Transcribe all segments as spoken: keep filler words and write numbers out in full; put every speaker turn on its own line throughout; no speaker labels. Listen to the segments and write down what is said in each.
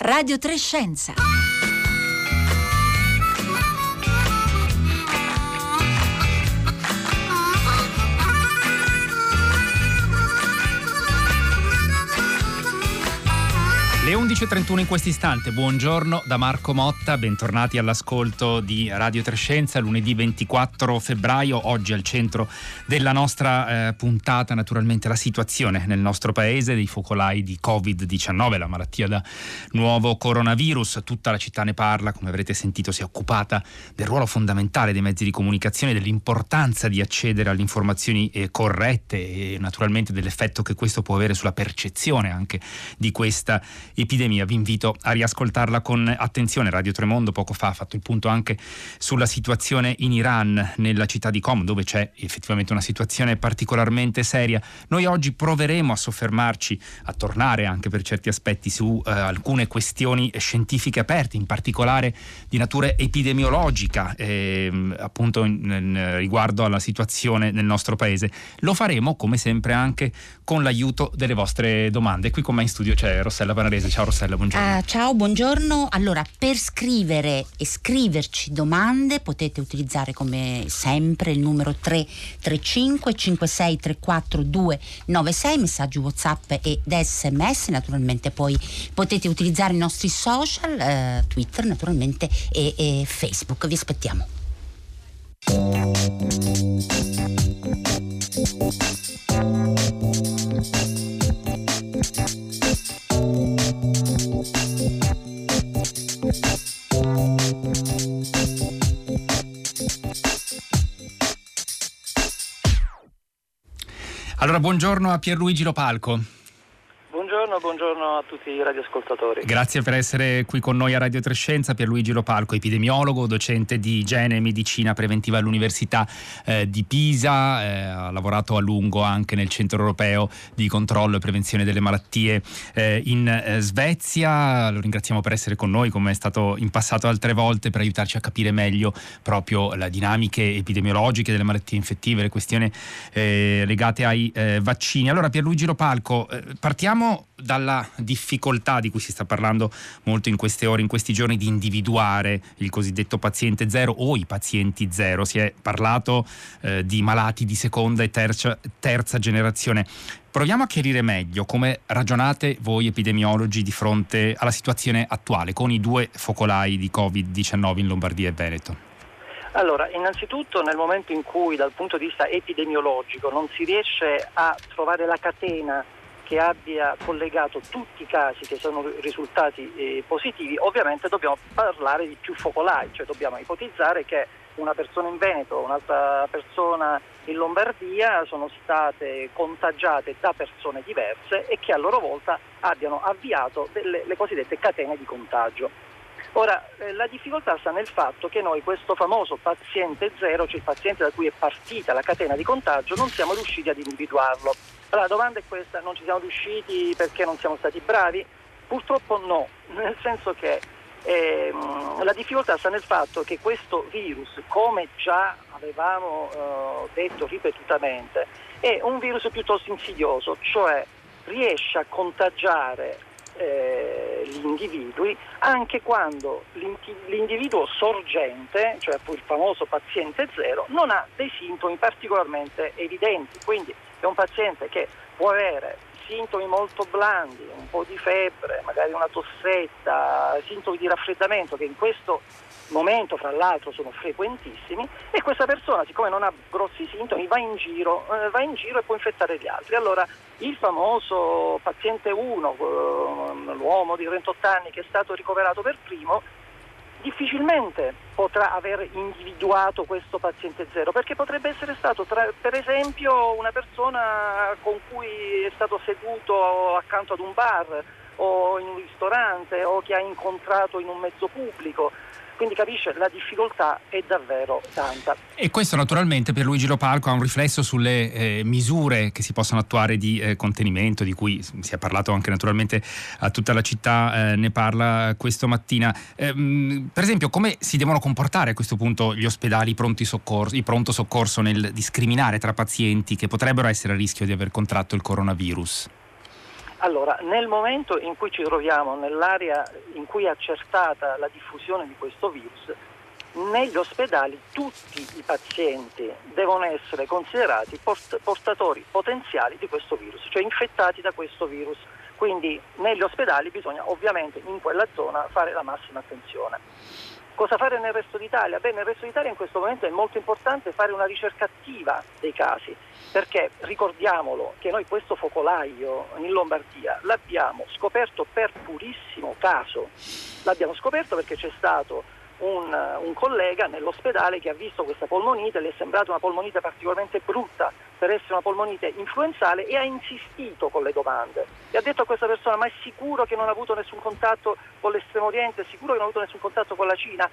Radio tre Scienza.
Le undici e trentuno in questo istante. Buongiorno da Marco Motta, bentornati all'ascolto di Radio tre Scienza, lunedì ventiquattro febbraio. Oggi al centro della nostra eh, puntata naturalmente la situazione nel nostro paese dei focolai di covid diciannove, la malattia da nuovo coronavirus. Tutta la città ne parla, come avrete sentito si è occupata del ruolo fondamentale dei mezzi di comunicazione, dell'importanza di accedere alle informazioni eh, corrette e naturalmente dell'effetto che questo può avere sulla percezione anche di questa epidemia. Vi invito a riascoltarla con attenzione. Radio Tremondo poco fa ha fatto il punto anche sulla situazione in Iran, nella città di Qom, dove c'è effettivamente una situazione particolarmente seria. Noi oggi proveremo a soffermarci, a tornare anche per certi aspetti su eh, alcune questioni scientifiche aperte, in particolare di natura epidemiologica, eh, appunto in, in, riguardo alla situazione nel nostro paese. Lo faremo come sempre anche con l'aiuto delle vostre domande. Qui con me in studio c'è Rossella Panarese. Ciao Rossella, buongiorno.
Uh, ciao, buongiorno. Allora, per scrivere e scriverci domande potete utilizzare come sempre il numero tre tre cinque cinque sei tre quattro due nove sei, messaggi WhatsApp ed sms. Naturalmente poi potete utilizzare i nostri social, uh, Twitter naturalmente e, e Facebook. Vi aspettiamo.
Allora, buongiorno a Pierluigi Lopalco.
Buongiorno, buongiorno a tutti i radioascoltatori.
Grazie per essere qui con noi a Radio tre Scienza. Pierluigi Lopalco, epidemiologo, docente di igiene e medicina preventiva all'Università eh, di Pisa, eh, ha lavorato a lungo anche nel Centro Europeo di Controllo e Prevenzione delle Malattie eh, in eh, Svezia. Lo ringraziamo per essere con noi, come è stato in passato altre volte, per aiutarci a capire meglio proprio le dinamiche epidemiologiche delle malattie infettive, le questioni eh, legate ai eh, vaccini. Allora, Pierluigi Lopalco, eh, partiamo dalla difficoltà di cui si sta parlando molto in queste ore, in questi giorni, di individuare il cosiddetto paziente zero o i pazienti zero. Si è parlato eh, di malati di seconda e terza, terza generazione. Proviamo a chiarire meglio come ragionate voi epidemiologi di fronte alla situazione attuale con i due focolai di covid diciannove in Lombardia e Veneto.
Allora, innanzitutto nel momento in cui dal punto di vista epidemiologico non si riesce a trovare la catena che abbia collegato tutti i casi che sono risultati eh, positivi, ovviamente dobbiamo parlare di più focolai, cioè dobbiamo ipotizzare che una persona in Veneto, un'altra persona in Lombardia sono state contagiate da persone diverse e che a loro volta abbiano avviato delle, le cosiddette catene di contagio. Ora, eh, la difficoltà sta nel fatto che noi questo famoso paziente zero, cioè il paziente da cui è partita la catena di contagio, non siamo riusciti ad individuarlo. Allora, la domanda è questa: non ci siamo riusciti perché non siamo stati bravi? Purtroppo no, nel senso che ehm, la difficoltà sta nel fatto che questo virus, come già avevamo eh, detto ripetutamente, è un virus piuttosto insidioso, cioè riesce a contagiare eh, gli individui anche quando l'individuo sorgente, cioè il famoso paziente zero, non ha dei sintomi particolarmente evidenti. Quindi è un paziente che può avere sintomi molto blandi, un po' di febbre, magari una tossetta, sintomi di raffreddamento che in questo momento fra l'altro sono frequentissimi, e questa persona, siccome non ha grossi sintomi, va in giro, eh, va in giro e può infettare gli altri. Allora il famoso paziente uno, eh, l'uomo di trentotto anni che è stato ricoverato per primo, difficilmente potrà aver individuato questo paziente zero, perché potrebbe essere stato tra, per esempio una persona con cui è stato seduto accanto ad un bar o in un ristorante o che ha incontrato in un mezzo pubblico. Quindi capisce, la difficoltà è davvero tanta.
E questo naturalmente per Luigi Lopalco ha un riflesso sulle eh, misure che si possono attuare di eh, contenimento, di cui si è parlato anche naturalmente a tutta la città, eh, ne parla questa mattina. Eh, mh, per esempio, come si devono comportare a questo punto gli ospedali, i pronti soccorso, i pronto soccorso nel discriminare tra pazienti che potrebbero essere a rischio di aver contratto il coronavirus?
Allora, nel momento in cui ci troviamo nell'area in cui è accertata la diffusione di questo virus, negli ospedali tutti i pazienti devono essere considerati port- portatori potenziali di questo virus, cioè infettati da questo virus. Quindi negli ospedali bisogna ovviamente in quella zona fare la massima attenzione. Cosa fare nel resto d'Italia? Beh, nel resto d'Italia in questo momento è molto importante fare una ricerca attiva dei casi, perché ricordiamolo che noi questo focolaio in Lombardia l'abbiamo scoperto per purissimo caso. L'abbiamo scoperto perché c'è stato un, un collega nell'ospedale che ha visto questa polmonite, le è sembrata una polmonite particolarmente brutta per essere una polmonite influenzale e ha insistito con le domande e ha detto a questa persona: ma è sicuro che non ha avuto nessun contatto con l'Estremo Oriente, è sicuro che non ha avuto nessun contatto con la Cina?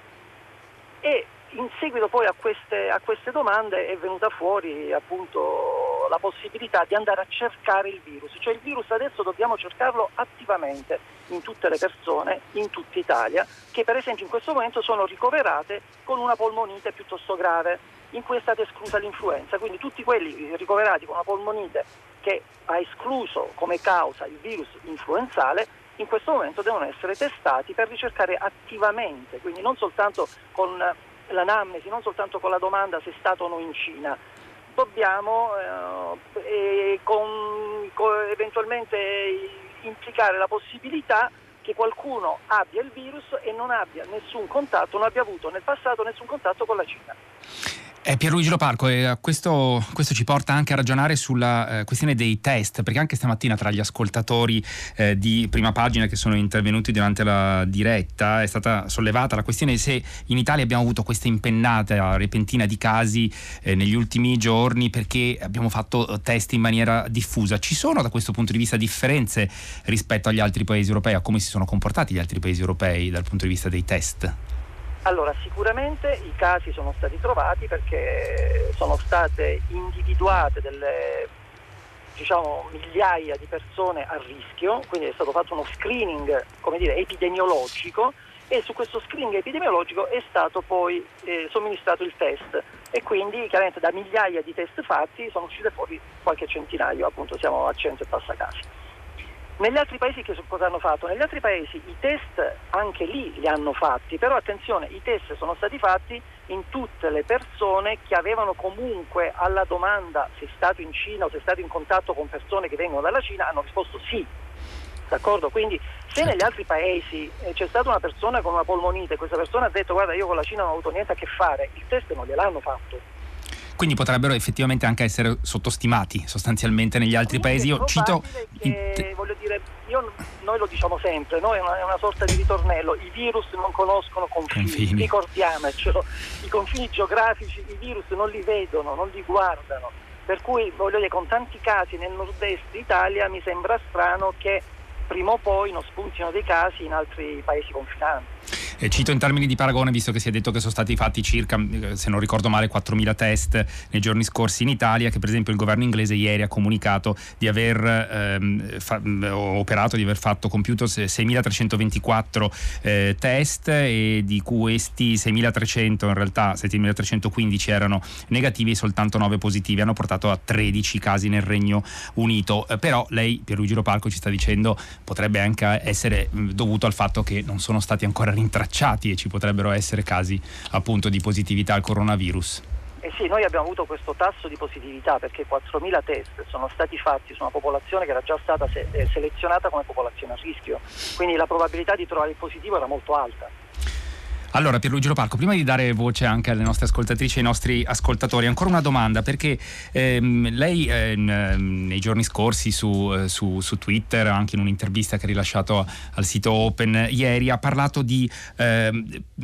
E in seguito poi a queste, a queste domande è venuta fuori appunto la possibilità di andare a cercare il virus, cioè il virus adesso dobbiamo cercarlo attivamente in tutte le persone, in tutta Italia, che per esempio in questo momento sono ricoverate con una polmonite piuttosto grave, in cui è stata esclusa l'influenza, quindi tutti quelli ricoverati con una polmonite che ha escluso come causa il virus influenzale in questo momento devono essere testati per ricercare attivamente, quindi non soltanto con l'anamnesi, non soltanto con la domanda se è stato o no in Cina. Dobbiamo eh, e con, con eventualmente implicare la possibilità che qualcuno abbia il virus e non abbia nessun contatto, non abbia avuto nel passato nessun contatto con la Cina.
Eh, Pierluigi Loparco, e questo, questo ci porta anche a ragionare sulla eh, questione dei test, perché anche stamattina tra gli ascoltatori eh, di Prima Pagina che sono intervenuti durante la diretta è stata sollevata la questione se in Italia abbiamo avuto questa impennata repentina di casi eh, negli ultimi giorni perché abbiamo fatto test in maniera diffusa. Ci sono da questo punto di vista differenze rispetto agli altri paesi europei, a come si sono comportati gli altri paesi europei dal punto di vista dei test?
Allora, sicuramente i casi sono stati trovati perché sono state individuate delle, diciamo, migliaia di persone a rischio, quindi è stato fatto uno screening, come dire, epidemiologico, e su questo screening epidemiologico è stato poi eh, somministrato il test e quindi chiaramente da migliaia di test fatti sono uscite fuori qualche centinaio, appunto siamo a cento e passa casi. Negli altri paesi che cosa hanno fatto? Negli altri paesi i test anche lì li hanno fatti, però attenzione, i test sono stati fatti in tutte le persone che avevano comunque alla domanda se è stato in Cina o se è stato in contatto con persone che vengono dalla Cina, hanno risposto sì. D'accordo? Quindi se negli altri paesi eh, c'è stata una persona con una polmonite, questa persona ha detto guarda io con la Cina non ho avuto niente a che fare, il test non gliel'hanno fatto.
Quindi potrebbero effettivamente anche essere sottostimati sostanzialmente negli altri paesi. Io cito
che, voglio dire, io, noi lo diciamo sempre, noi è una, è una sorta di ritornello, i virus non conoscono confini, confini. Ricordiamocelo, i confini geografici i virus non li vedono, non li guardano, per cui voglio dire con tanti casi nel nord-est d'Italia mi sembra strano che prima o poi non spuntino dei casi in altri paesi confinanti.
Eh, cito in termini di paragone, visto che si è detto che sono stati fatti circa, se non ricordo male, quattromila test nei giorni scorsi in Italia, che per esempio il governo inglese ieri ha comunicato di aver ehm, fa, operato, di aver fatto compiuto seimilatrecentoventiquattro eh, test e di questi seimilatrecento, in realtà settemilatrecentoquindici erano negativi e soltanto nove positivi, hanno portato a tredici casi nel Regno Unito. Eh, però lei, Pierluigi Loparco, ci sta dicendo potrebbe anche essere dovuto al fatto che non sono stati ancora rintracciati e ci potrebbero essere casi appunto di positività al coronavirus.
Eh sì, noi abbiamo avuto questo tasso di positività perché quattromila test sono stati fatti su una popolazione che era già stata se- eh, selezionata come popolazione a rischio, quindi la probabilità di trovare il positivo era molto alta.
Allora, Pierluigi Loparco, prima di dare voce anche alle nostre ascoltatrici e ai nostri ascoltatori, ancora una domanda, perché ehm, lei ehm, nei giorni scorsi su, eh, su, su Twitter, anche in un'intervista che ha rilasciato al sito Open ieri, ha parlato di ehm,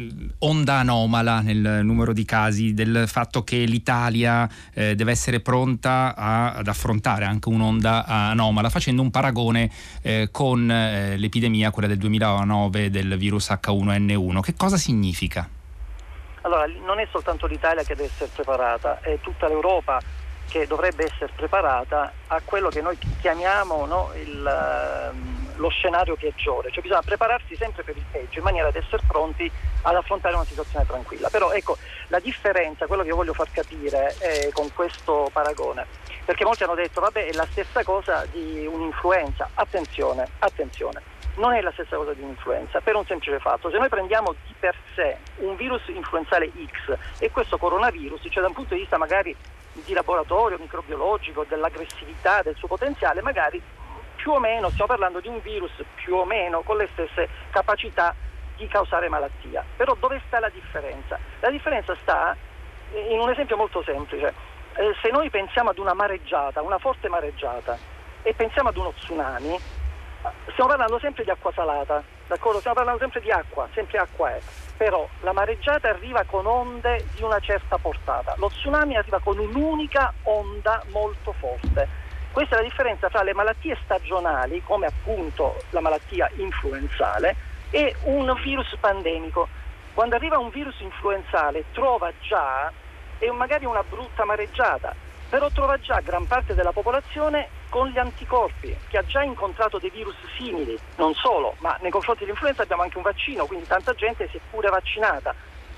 onda anomala nel numero di casi, del fatto che l'Italia eh, deve essere pronta a, ad affrontare anche un'onda anomala, facendo un paragone eh, con eh, l'epidemia, quella del duemilanove del virus acca uno enne uno. Che cosa significa? significa?
Allora, non è soltanto l'Italia che deve essere preparata, è tutta l'Europa che dovrebbe essere preparata a quello che noi chiamiamo, no, il, lo scenario peggiore, cioè bisogna prepararsi sempre per il peggio in maniera da essere pronti ad affrontare una situazione tranquilla. Però ecco, la differenza, quello che io voglio far capire eh, con questo paragone, perché molti hanno detto vabbè, è la stessa cosa di un'influenza. Attenzione, attenzione, non è la stessa cosa di un'influenza, per un semplice fatto: se noi prendiamo di per sé un virus influenzale X e questo coronavirus, cioè da un punto di vista magari di laboratorio, microbiologico, dell'aggressività, del suo potenziale, magari più o meno stiamo parlando di un virus più o meno con le stesse capacità di causare malattia. Però dove sta la differenza? La differenza sta in un esempio molto semplice. Eh, se noi pensiamo ad una mareggiata, una forte mareggiata, e pensiamo ad uno tsunami, stiamo parlando sempre di acqua salata, d'accordo? Stiamo parlando sempre di acqua, sempre acqua è. Però la mareggiata arriva con onde di una certa portata, lo tsunami arriva con un'unica onda molto forte. Questa è la differenza tra le malattie stagionali, come appunto la malattia influenzale, e un virus pandemico. Quando arriva un virus influenzale trova già, e magari una brutta mareggiata, però trova già gran parte della popolazione con gli anticorpi, che ha già incontrato dei virus simili. Non solo, ma nei confronti dell'influenza abbiamo anche un vaccino, quindi tanta gente si è pure vaccinata.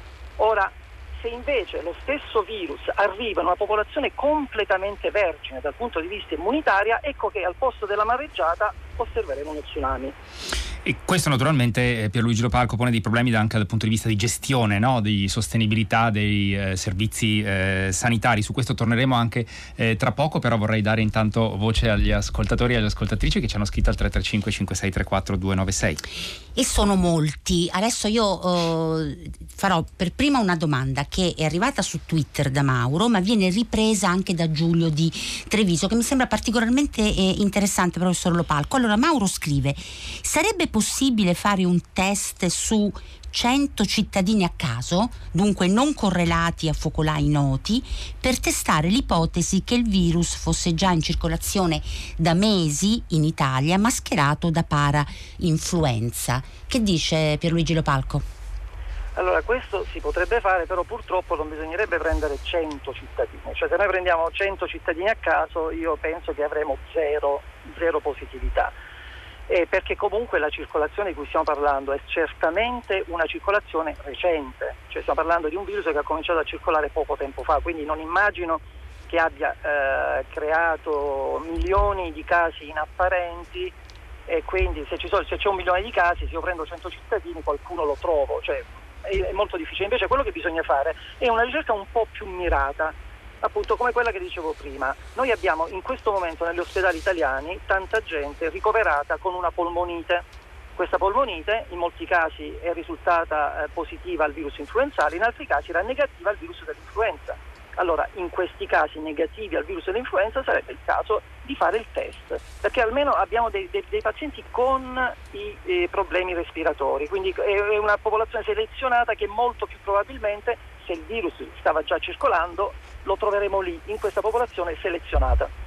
Ora, se invece lo stesso virus arriva in una popolazione completamente vergine dal punto di vista immunitario, ecco che al posto della mareggiata osserveremo uno tsunami.
E questo naturalmente, eh, Pierluigi Lopalco, pone dei problemi anche dal punto di vista di gestione, no? Di sostenibilità dei eh, servizi eh, sanitari. Su questo torneremo anche eh, tra poco, però vorrei dare intanto voce agli ascoltatori e alle ascoltatrici che ci hanno scritto al tre tre cinque cinque sei tre quattro due nove sei.
E sono molti. Adesso io eh, farò per prima una domanda che è arrivata su Twitter da Mauro, ma viene ripresa anche da Giulio di Treviso, che mi sembra particolarmente eh, interessante, professor Lopalco. Allora Mauro scrive: sarebbe possibile fare un test su cento cittadini a caso, dunque non correlati a focolai noti, per testare l'ipotesi che il virus fosse già in circolazione da mesi in Italia, mascherato da para-influenza? Che dice Pierluigi Lopalco?
Allora, questo si potrebbe fare, però purtroppo non bisognerebbe prendere cento cittadini. Cioè, se noi prendiamo cento cittadini a caso, io penso che avremo zero, zero positività. Eh, perché comunque la circolazione di cui stiamo parlando è certamente una circolazione recente, cioè stiamo parlando di un virus che ha cominciato a circolare poco tempo fa, quindi non immagino che abbia eh, creato milioni di casi inapparenti, e quindi se, ci sono, se c'è un milione di casi, se io prendo cento cittadini qualcuno lo trovo, cioè è, è molto difficile. Invece quello che bisogna fare è una ricerca un po' più mirata, appunto come quella che dicevo prima. Noi abbiamo in questo momento negli ospedali italiani tanta gente ricoverata con una polmonite. Questa polmonite in molti casi è risultata eh, positiva al virus influenzale, in altri casi era negativa al virus dell'influenza. Allora, in questi casi negativi al virus dell'influenza sarebbe il caso di fare il test, perché almeno abbiamo dei, dei, dei pazienti con i eh, problemi respiratori, quindi è una popolazione selezionata che molto più probabilmente, se il virus stava già circolando, lo troveremo lì, in questa popolazione selezionata.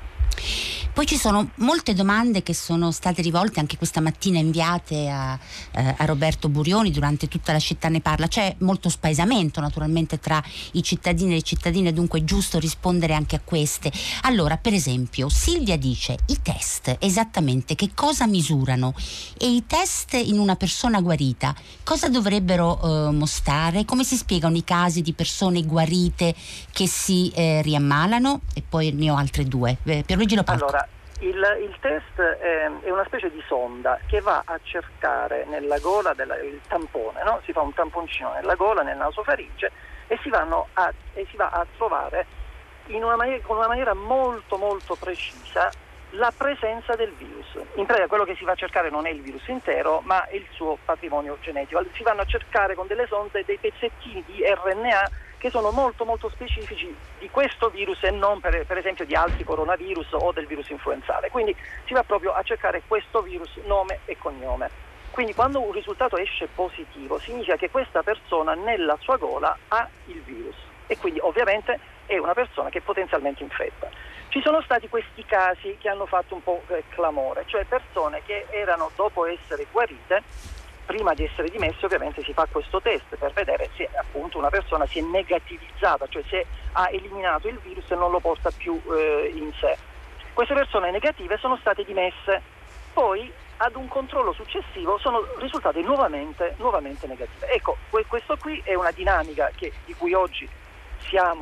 Poi ci sono molte domande che sono state rivolte anche questa mattina, inviate a, eh, a Roberto Burioni durante Tutta la città ne parla. C'è molto spaesamento naturalmente tra i cittadini e le cittadine, dunque è giusto rispondere anche a queste. Allora, per esempio, Silvia dice: i test esattamente che cosa misurano? E i test in una persona guarita cosa dovrebbero eh, mostrare? Come si spiegano i casi di persone guarite che si eh, riammalano? E poi ne ho altre due. Eh, Pierluigi Lopalco.
Allora, Il, il test è, è una specie di sonda che va a cercare nella gola, della, il tampone, no? Si fa un tamponcino nella gola, nel nasofaringe, e si, vanno a, e si va a trovare in una maniera, con una maniera molto molto precisa la presenza del virus. In pratica quello che si va a cercare non è il virus intero, ma il suo patrimonio genetico. Si vanno a cercare con delle sonde dei pezzettini di R N A che sono molto molto specifici di questo virus e non per, per esempio di altri coronavirus o del virus influenzale. Quindi si va proprio a cercare questo virus, nome e cognome. Quindi quando un risultato esce positivo significa che questa persona nella sua gola ha il virus e quindi ovviamente è una persona che potenzialmente infetta. Ci sono stati questi casi che hanno fatto un po' eh, clamore, cioè persone che erano, dopo essere guarite, prima di essere dimessi ovviamente si fa questo test per vedere se appunto una persona si è negativizzata, cioè se ha eliminato il virus e non lo porta più eh, in sé. Queste persone negative sono state dimesse, poi ad un controllo successivo sono risultate nuovamente, nuovamente negative. Ecco, que- questo qui è una dinamica che, di cui oggi siamo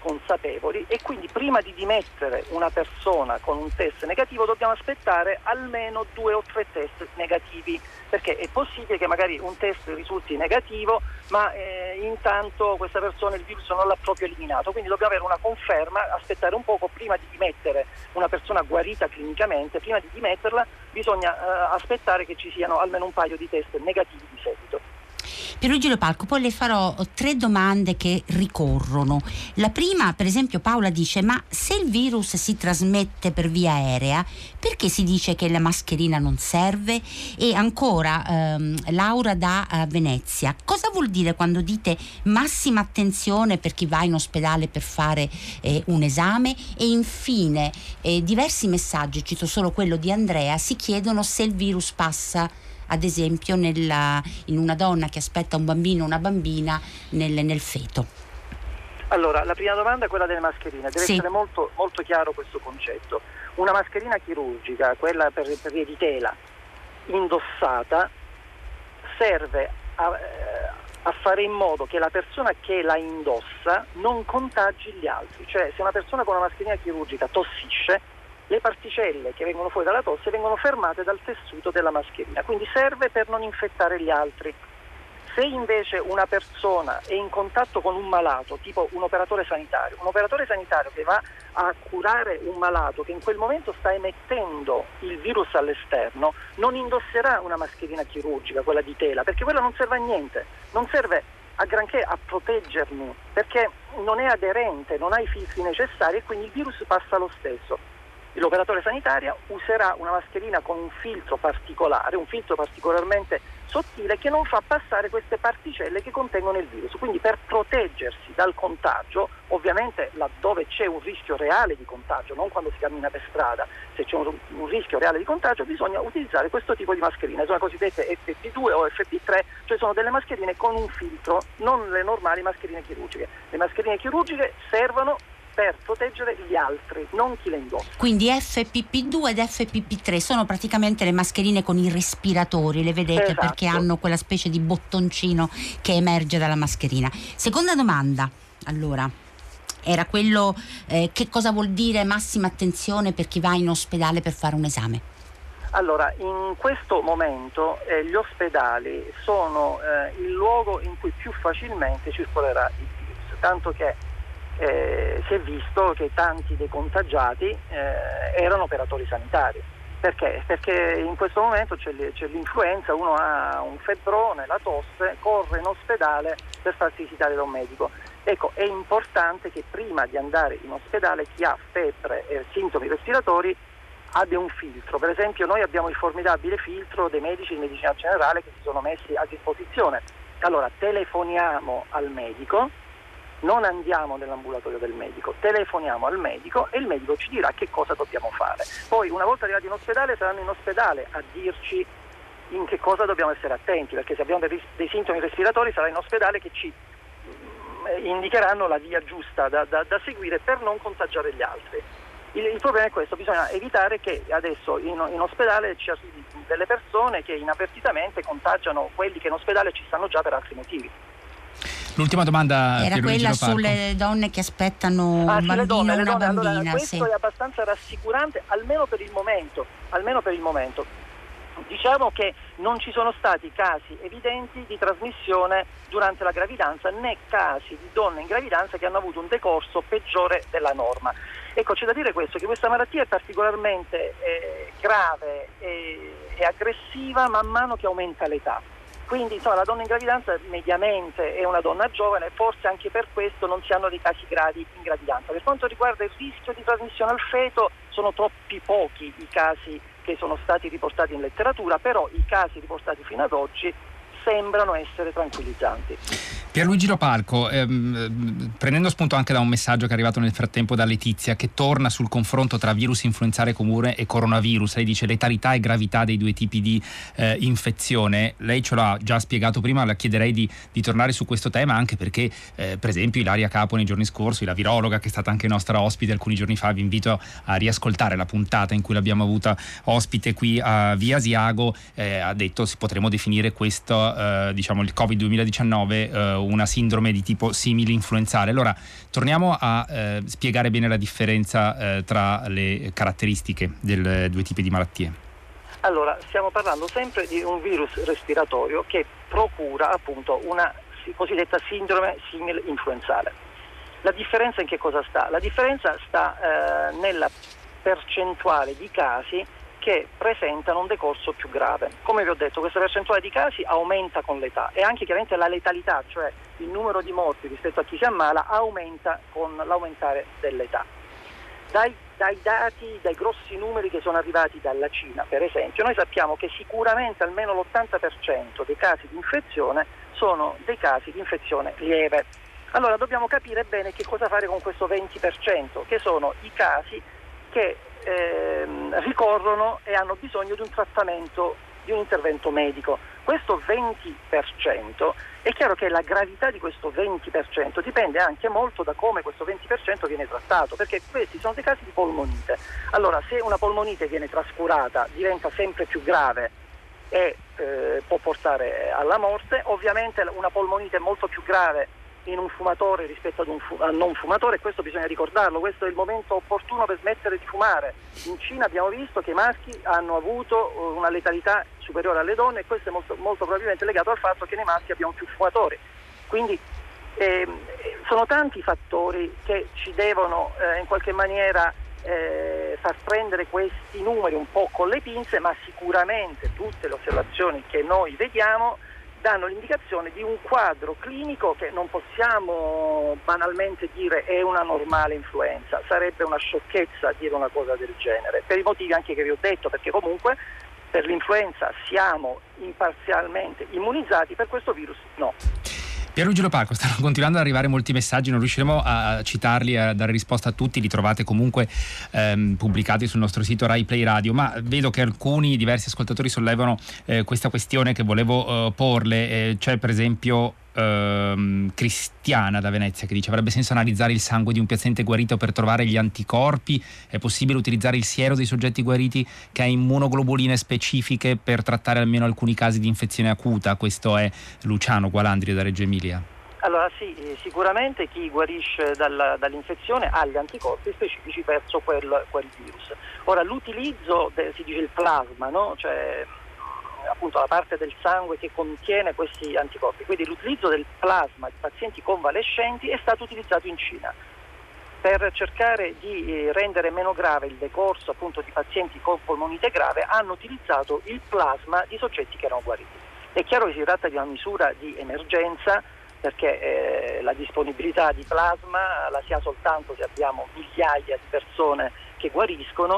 consapevoli, e quindi prima di dimettere una persona con un test negativo dobbiamo aspettare almeno due o tre test negativi, perché è possibile che magari un test risulti negativo ma eh, intanto questa persona il virus non l'ha proprio eliminato, quindi dobbiamo avere una conferma, aspettare un poco prima di dimettere una persona guarita clinicamente. Prima di dimetterla bisogna eh, aspettare che ci siano almeno un paio di test negativi di seguito.
Pierluigi Lopalco, poi le farò tre domande che ricorrono. La prima, per esempio, Paola dice: ma se il virus si trasmette per via aerea, perché si dice che la mascherina non serve? E ancora ehm, Laura da uh, Venezia: cosa vuol dire quando dite massima attenzione per chi va in ospedale per fare eh, un esame? E infine eh, diversi messaggi, cito solo quello di Andrea, si chiedono se il virus passa ad esempio nella, in una donna che aspetta un bambino o una bambina nel, nel feto.
Allora, la prima domanda è quella delle mascherine. Deve
sì.
essere molto, molto chiaro questo concetto. Una mascherina chirurgica, quella per, per via di tela, indossata, serve a, a fare in modo che la persona che la indossa non contagi gli altri. Cioè, se una persona con una mascherina chirurgica tossisce, le particelle che vengono fuori dalla tosse vengono fermate dal tessuto della mascherina, quindi serve per non infettare gli altri. Se invece una persona è in contatto con un malato, tipo un operatore sanitario, un operatore sanitario che va a curare un malato che in quel momento sta emettendo il virus all'esterno, non indosserà una mascherina chirurgica, quella di tela, perché quella non serve a niente, non serve a granché a proteggermi, perché non è aderente, non ha i filtri necessari e quindi il virus passa lo stesso. L'operatore sanitario userà una mascherina con un filtro particolare, un filtro particolarmente sottile che non fa passare queste particelle che contengono il virus. Quindi per proteggersi dal contagio, ovviamente laddove c'è un rischio reale di contagio, non quando si cammina per strada, se c'è un, un rischio reale di contagio bisogna utilizzare questo tipo di mascherine, sono cosiddette F P due o F P tre, cioè sono delle mascherine con un filtro, non le normali mascherine chirurgiche. Le mascherine chirurgiche servono per proteggere gli altri, non chi le indossa.
Quindi F P P due ed F P P tre sono praticamente le mascherine con i respiratori, le vedete,
esatto,
perché hanno quella specie di bottoncino che emerge dalla mascherina. Seconda domanda, allora, era quello eh, che cosa vuol dire massima attenzione per chi va in ospedale per fare un esame?
Allora, in questo momento eh, gli ospedali sono eh, il luogo in cui più facilmente circolerà il virus, tanto che Eh, si è visto che tanti dei contagiati eh, erano operatori sanitari. Perché? Perché in questo momento c'è, c'è l'influenza, uno ha un febbrone, la tosse, corre in ospedale per farsi visitare da un medico. Ecco, è importante che prima di andare in ospedale chi ha febbre e sintomi respiratori abbia un filtro. Per esempio noi abbiamo il formidabile filtro dei medici di medicina generale che si sono messi a disposizione. Allora telefoniamo al medico, non andiamo nell'ambulatorio del medico, telefoniamo al medico e il medico ci dirà che cosa dobbiamo fare. Poi una volta arrivati in ospedale saranno in ospedale a dirci in che cosa dobbiamo essere attenti, perché se abbiamo dei, dei sintomi respiratori sarà in ospedale che ci mh, indicheranno la via giusta da, da, da seguire per non contagiare gli altri. Il, il problema è questo, bisogna evitare che adesso in, in ospedale ci siano delle persone che inavvertitamente contagiano quelli che in ospedale ci stanno già per altri motivi.
L'ultima domanda
era quella sulle donne che aspettano
ah,
un bambino o una
donne.
bambina.
Allora, questo
sì.
è abbastanza rassicurante, almeno per il momento, almeno per il momento. Diciamo che non ci sono stati casi evidenti di trasmissione durante la gravidanza, né casi di donne in gravidanza che hanno avuto un decorso peggiore della norma. Ecco, c'è da dire questo, che questa malattia è particolarmente eh, grave e, e aggressiva man mano che aumenta l'età. Quindi insomma la donna in gravidanza mediamente è una donna giovane, forse anche per questo non si hanno dei casi gravi in gravidanza. Per quanto riguarda il rischio di trasmissione al feto, sono troppi pochi i casi che sono stati riportati in letteratura, però i casi riportati fino ad oggi sembrano essere tranquillizzanti.
Pierluigi Lopalco, ehm, prendendo spunto anche da un messaggio che è arrivato nel frattempo da Letizia, che torna sul confronto tra virus influenzale comune e coronavirus, lei dice letalità e gravità dei due tipi di eh, infezione. Lei ce l'ha già spiegato prima, la chiederei di, di tornare su questo tema, anche perché eh, per esempio Ilaria Capo nei giorni scorsi, la virologa che è stata anche nostra ospite alcuni giorni fa, vi invito a riascoltare la puntata in cui l'abbiamo avuta ospite qui a Via Asiago, eh, ha detto si potremmo definire questo eh, diciamo il Covid duemiladiciannove eh, una sindrome di tipo simile influenzale. Allora torniamo a eh, spiegare bene la differenza eh, tra le caratteristiche dei due tipi di malattie.
Allora, stiamo parlando sempre di un virus respiratorio che procura appunto una cosiddetta sindrome simile influenzale. La differenza in che cosa sta? La differenza sta eh, nella percentuale di casi che presentano un decorso più grave. Come vi ho detto, questa percentuale di casi aumenta con l'età e anche chiaramente la letalità, cioè il numero di morti rispetto a chi si ammala, aumenta con l'aumentare dell'età. Dai, dai dati, dai grossi numeri che sono arrivati dalla Cina, per esempio, noi sappiamo che sicuramente almeno l'ottanta per cento dei casi di infezione sono dei casi di infezione lieve. Allora dobbiamo capire bene che cosa fare con questo venti per cento, che sono i casi che ehm, ricorrono e hanno bisogno di un trattamento, di un intervento medico. Questo venti per cento, è chiaro che la gravità di questo venti per cento dipende anche molto da come questo venti per cento viene trattato, perché questi sono dei casi di polmonite. Allora, se una polmonite viene trascurata diventa sempre più grave e eh, può portare alla morte. Ovviamente una polmonite è molto più grave in un fumatore rispetto ad un fu- al non fumatore, e questo bisogna ricordarlo. Questo è il momento opportuno per smettere di fumare. In Cina abbiamo visto che i maschi hanno avuto una letalità superiore alle donne, e questo è molto, molto probabilmente legato al fatto che nei maschi abbiamo più fumatori. Quindi ehm, sono tanti fattori che ci devono eh, in qualche maniera eh, far prendere questi numeri un po' con le pinze, ma sicuramente tutte le osservazioni che noi vediamo danno l'indicazione di un quadro clinico che non possiamo banalmente dire è una normale influenza. Sarebbe una sciocchezza dire una cosa del genere, per i motivi anche che vi ho detto, perché comunque per l'influenza siamo imparzialmente immunizzati, per questo virus no.
Pierluigi Lopalco, stanno continuando ad arrivare molti messaggi, non riusciremo a citarli, a dare risposta a tutti, li trovate comunque ehm, pubblicati sul nostro sito Rai Play Radio, ma vedo che alcuni diversi ascoltatori sollevano eh, questa questione che volevo eh, porle. Eh, c'è per esempio ehm, Cristiana da Venezia che dice: avrebbe senso analizzare il sangue di un paziente guarito per trovare gli anticorpi? È possibile utilizzare il siero dei soggetti guariti che ha immunoglobuline specifiche per trattare almeno alcuni casi di infezione acuta? Questo è Luciano Gualandri da Reggio Emilia.
Allora sì, sicuramente chi guarisce dalla, dall'infezione ha gli anticorpi specifici verso quel, quel virus. Ora l'utilizzo, de, si dice il plasma, no? Cioè appunto la parte del sangue che contiene questi anticorpi, quindi l'utilizzo del plasma di pazienti convalescenti è stato utilizzato in Cina per cercare di rendere meno grave il decorso appunto di pazienti con polmonite grave. Hanno utilizzato il plasma di soggetti che erano guariti. È chiaro che si tratta di una misura di emergenza, perché eh, la disponibilità di plasma la si ha soltanto se abbiamo migliaia di persone che guariscono,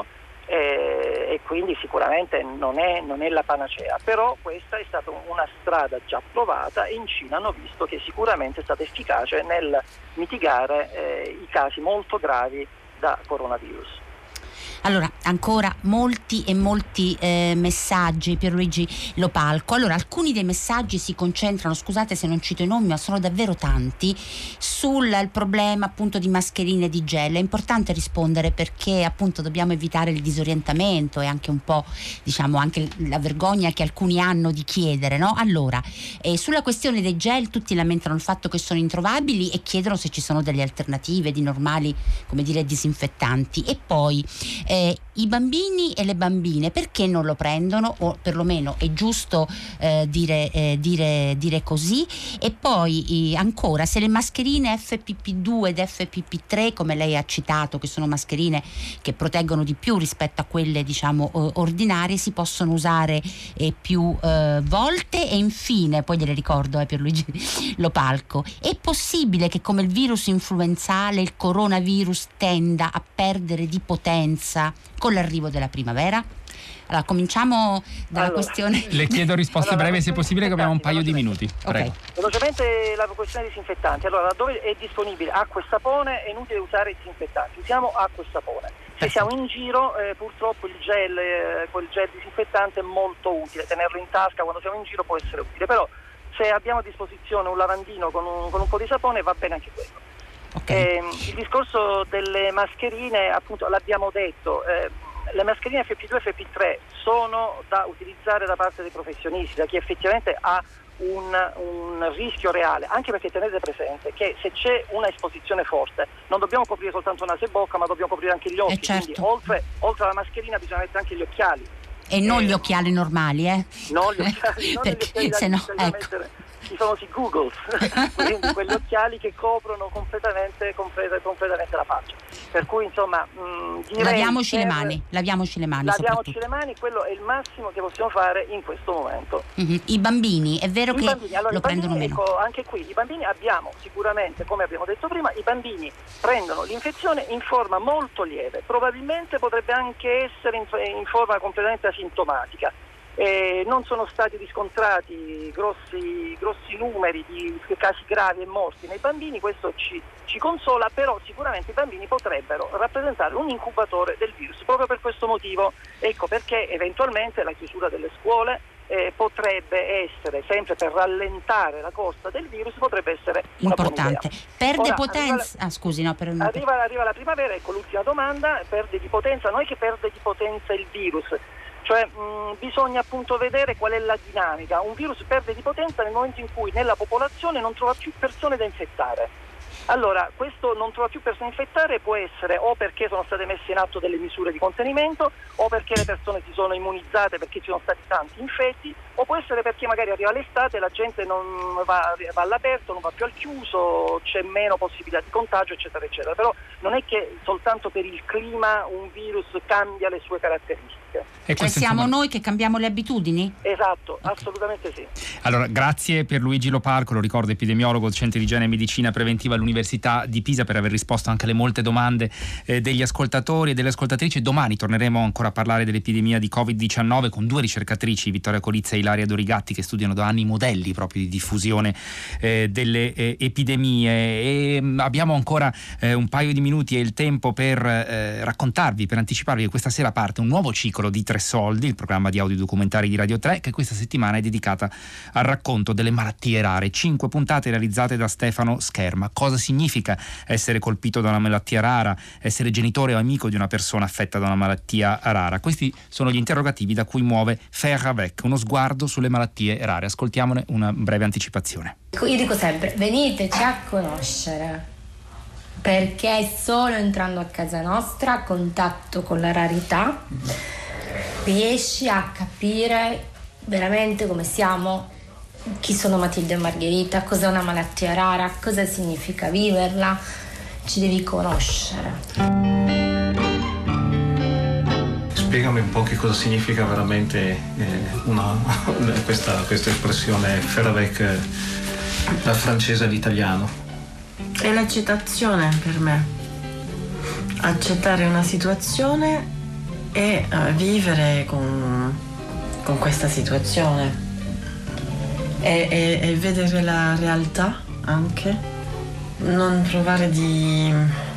eh, e quindi sicuramente non è, non è la panacea, però questa è stata una strada già provata e in Cina hanno visto che sicuramente è stata efficace nel mitigare eh, i casi molto gravi da coronavirus.
Allora, ancora molti e molti eh, messaggi, Pierluigi Lopalco. Allora, alcuni dei messaggi si concentrano, scusate se non cito i nomi, ma sono davvero tanti, sul il problema appunto di mascherine e di gel. È importante rispondere perché appunto dobbiamo evitare il disorientamento e anche un po', diciamo, anche la vergogna che alcuni hanno di chiedere, no? Allora, eh, sulla questione dei gel tutti lamentano il fatto che sono introvabili e chiedono se ci sono delle alternative di normali, come dire, disinfettanti. E poi eh, i bambini e le bambine perché non lo prendono, o perlomeno è giusto eh, dire, eh, dire, dire così. E poi eh, ancora, se le mascherine F P P due ed F P P tre, come lei ha citato, che sono mascherine che proteggono di più rispetto a quelle diciamo ordinarie, si possono usare eh, più eh, volte. E infine, poi gliele ricordo eh, Pierluigi Lopalco, è possibile che come il virus influenzale il coronavirus tenda a perdere di potenza con l'arrivo della primavera? Allora, cominciamo dalla
allora,
questione.
Le chiedo risposte
allora,
brevi se possibile, che abbiamo un paio di minuti. Prego.
Okay.
Velocemente la questione disinfettanti. Allora, dove è disponibile acqua e sapone è inutile usare i disinfettanti, usiamo acqua e sapone. Se siamo in giro eh, purtroppo il gel, eh, quel gel disinfettante è molto utile, tenerlo in tasca quando siamo in giro può essere utile, però se abbiamo a disposizione un lavandino con un, con un po' di sapone va bene anche quello.
Okay.
Eh, il discorso delle mascherine, appunto, l'abbiamo detto, eh, le mascherine effe pi due e effe pi tre sono da utilizzare da parte dei professionisti, da chi effettivamente ha un, un rischio reale, anche perché tenete presente che se c'è una esposizione forte non dobbiamo coprire soltanto naso e bocca, ma dobbiamo coprire anche gli occhi,
eh certo.
quindi oltre, oltre alla mascherina bisogna mettere anche gli occhiali.
E non
eh,
gli occhiali normali, eh?
Non gli occhiali, non
perché
gli occhiali
se no,
da
ecco.
mettere, i famosi Googles, quindi quegli occhiali che coprono completamente, completa, completamente la faccia. Per cui insomma mh, direi
laviamoci
per,
le mani, laviamoci le mani.
Laviamoci le mani, quello è il massimo che possiamo fare in questo momento.
Mm-hmm. I bambini, è vero
I
che
bambini, allora,
lo
i bambini,
prendono meno.
Ecco, anche qui i bambini abbiamo sicuramente, come abbiamo detto prima, i bambini prendono l'infezione in forma molto lieve, probabilmente potrebbe anche essere in, in forma completamente asintomatica. Eh, non sono stati riscontrati grossi, grossi numeri di casi gravi e morti nei bambini, questo ci, ci consola, però sicuramente i bambini potrebbero rappresentare un incubatore del virus, proprio per questo motivo, ecco perché eventualmente la chiusura delle scuole eh, potrebbe essere, sempre per rallentare la corsa del virus, potrebbe essere
importante. Perde
Ora,
potenza,
la,
ah scusi no, per...
arriva, arriva la primavera, ecco l'ultima domanda, perde di potenza, non è che perde di potenza il virus, cioè mh, bisogna appunto vedere qual è la dinamica. Un virus perde di potenza nel momento in cui nella popolazione non trova più persone da infettare. Allora, questo non trova più persone da infettare può essere o perché sono state messe in atto delle misure di contenimento, o perché le persone si sono immunizzate perché ci sono stati tanti infetti, o può essere perché magari arriva l'estate e la gente non va, va all'aperto, non va più al chiuso, c'è meno possibilità di contagio, eccetera, eccetera. Però non è che soltanto per il clima un virus cambia le sue caratteristiche.
E cioè siamo insomma... noi che cambiamo le abitudini?
Esatto, okay. Assolutamente sì.
Allora, grazie per Luigi Loparco, lo ricordo, epidemiologo, docente di igiene e medicina preventiva all'Università di Pisa, per aver risposto anche alle molte domande eh, degli ascoltatori e delle ascoltatrici. Domani torneremo ancora a parlare dell'epidemia di covid diciannove con due ricercatrici, Vittoria Colizza e Ilaria Dorigatti, che studiano da anni i modelli proprio di diffusione eh, delle eh, epidemie. E mh, abbiamo ancora eh, un paio di minuti e il tempo per eh, raccontarvi, per anticiparvi che questa sera parte un nuovo ciclo di Tre Soldi, il programma di audiodocumentari di Radio tre, che questa settimana è dedicata al racconto delle malattie rare. Cinque puntate realizzate da Stefano Scherma. Cosa significa essere colpito da una malattia rara, essere genitore o amico di una persona affetta da una malattia rara? Questi sono gli interrogativi da cui muove Faire Avec, uno sguardo sulle malattie rare. Ascoltiamone una breve anticipazione.
Io dico sempre, veniteci a conoscere, perché è solo entrando a casa nostra, a contatto con la rarità, riesci a capire veramente come siamo, chi sono Matilde e Margherita, cos'è una malattia rara, cosa significa viverla, ci devi conoscere.
Spiegami un po' che cosa significa veramente eh, una, questa, questa espressione Faire Avec, eh, da francese all'italiano.
È l'accettazione per me, accettare una situazione e uh, vivere con, con questa situazione e, e, e vedere la realtà anche, non provare di,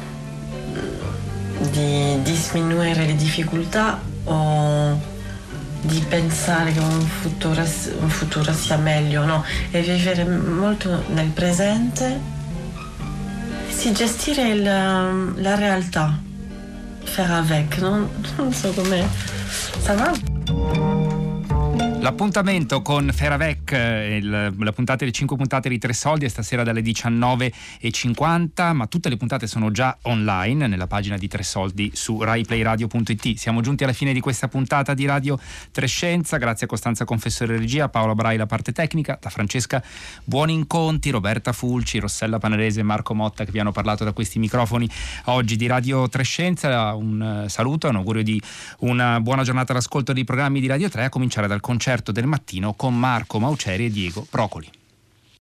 di diminuire le difficoltà o di pensare che un futuro, un futuro sia meglio, no, e vivere molto nel presente, sì, gestire il, la realtà. Faire avec, non, non so come. Ça va?
L'appuntamento con Faire Avec, il, la puntata delle cinque puntate di Tre Soldi, è stasera dalle diciannove e cinquanta, ma tutte le puntate sono già online nella pagina di Tre Soldi su rai play radio punto it. Siamo giunti alla fine di questa puntata di Radio Trescenza. Grazie a Costanza Confessore regia, a Paola Brai la parte tecnica, da Francesca Buoni Inconti, Roberta Fulci, Rossella Panarese e Marco Motta, che vi hanno parlato da questi microfoni oggi di Radio Trescenza. Un saluto e un augurio di una buona giornata all'ascolto dei programmi di Radio tre, a cominciare dal concerto del mattino con Marco Mauceri e Diego Procoli.